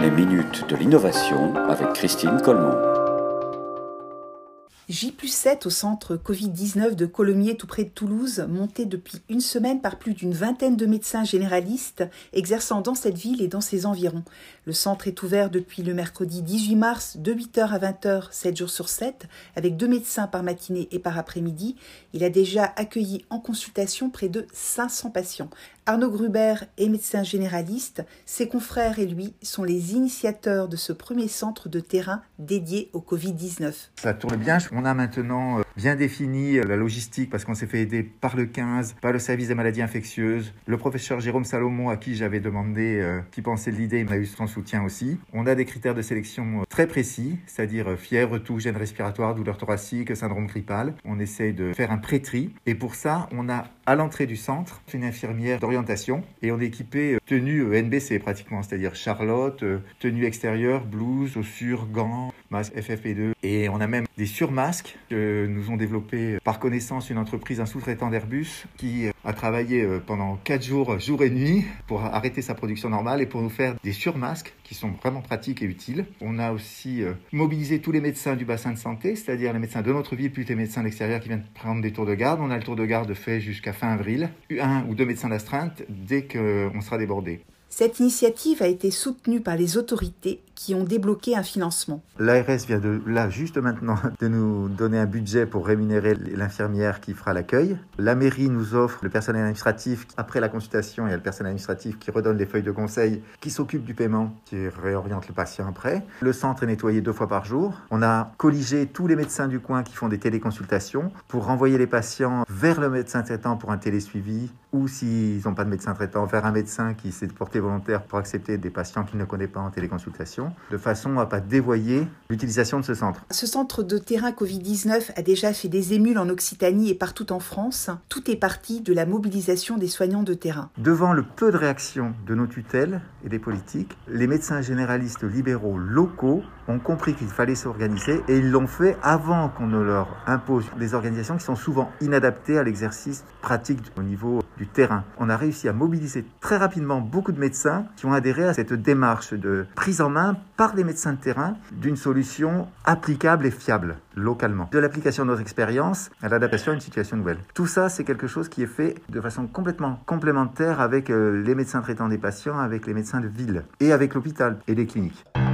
Les minutes de l'innovation avec Christine Colmont. J+7 au centre Covid-19 de Colomiers tout près de Toulouse, monté depuis une semaine par plus d'une vingtaine de médecins généralistes exerçant dans cette ville et dans ses environs. Le centre est ouvert depuis le mercredi 18 mars de 8h à 20h, 7 jours sur 7, avec 2 médecins par matinée et par après-midi. Il a déjà accueilli en consultation près de 500 patients. Arnaud Gruber est médecin généraliste. Ses confrères et lui sont les initiateurs de ce premier centre de terrain dédié au Covid-19. Ça tourne bien. On a maintenant bien défini la logistique parce qu'on s'est fait aider par le 15, par le service des maladies infectieuses. Le professeur Jérôme Salomon, à qui j'avais demandé qui pensait de l'idée, il m'a eu son soutien aussi. On a des critères de sélection très précis, c'est-à-dire fièvre, toux, gêne respiratoire, douleur thoracique, syndrome grippal. On essaye de faire un pré-tri et pour ça, on a à l'entrée du centre une infirmière d'orientation et on est équipé tenue NBC pratiquement, c'est-à-dire Charlotte, tenue extérieure, blouse, chaussures, gants, masque FFP2 et on a même des surmasques que nous ont développés par connaissance une entreprise, un sous-traitant d'Airbus qui a travaillé pendant 4 jours, jour et nuit pour arrêter sa production normale et pour nous faire des surmasques qui sont vraiment pratiques et utiles. On a aussi mobilisé tous les médecins du bassin de santé, c'est-à-dire les médecins de notre ville plus les médecins de l'extérieur qui viennent prendre des tours de garde. On a le tour de garde fait jusqu'à fin avril, 1 ou 2 médecins d'astreinte dès qu'on sera débordé. Cette initiative a été soutenue par les autorités qui ont débloqué un financement. L'ARS vient juste maintenant de nous donner un budget pour rémunérer l'infirmière qui fera l'accueil. La mairie nous offre le personnel administratif. Après la consultation, il y a le personnel administratif qui redonne les feuilles de conseil, qui s'occupe du paiement, qui réoriente le patient après. Le centre est nettoyé 2 fois par jour. On a colligé tous les médecins du coin qui font des téléconsultations pour renvoyer les patients vers le médecin traitant pour un télésuivi ou s'ils n'ont pas de médecin traitant, vers un médecin qui s'est porté volontaire pour accepter des patients qu'il ne connaît pas en téléconsultation, de façon à ne pas dévoyer l'utilisation de ce centre. Ce centre de terrain Covid-19 a déjà fait des émules en Occitanie et partout en France. Tout est parti de la mobilisation des soignants de terrain. Devant le peu de réaction de nos tutelles et des politiques, les médecins généralistes libéraux locaux ont compris qu'il fallait s'organiser et ils l'ont fait avant qu'on ne leur impose des organisations qui sont souvent inadaptées à l'exercice pratique au niveau du terrain. On a réussi à mobiliser très rapidement beaucoup de médecins qui ont adhéré à cette démarche de prise en main par les médecins de terrain d'une solution applicable et fiable localement. De l'application de notre expérience à l'adaptation à une situation nouvelle. Tout ça, c'est quelque chose qui est fait de façon complètement complémentaire avec les médecins traitant des patients, avec les médecins de ville et avec l'hôpital et les cliniques.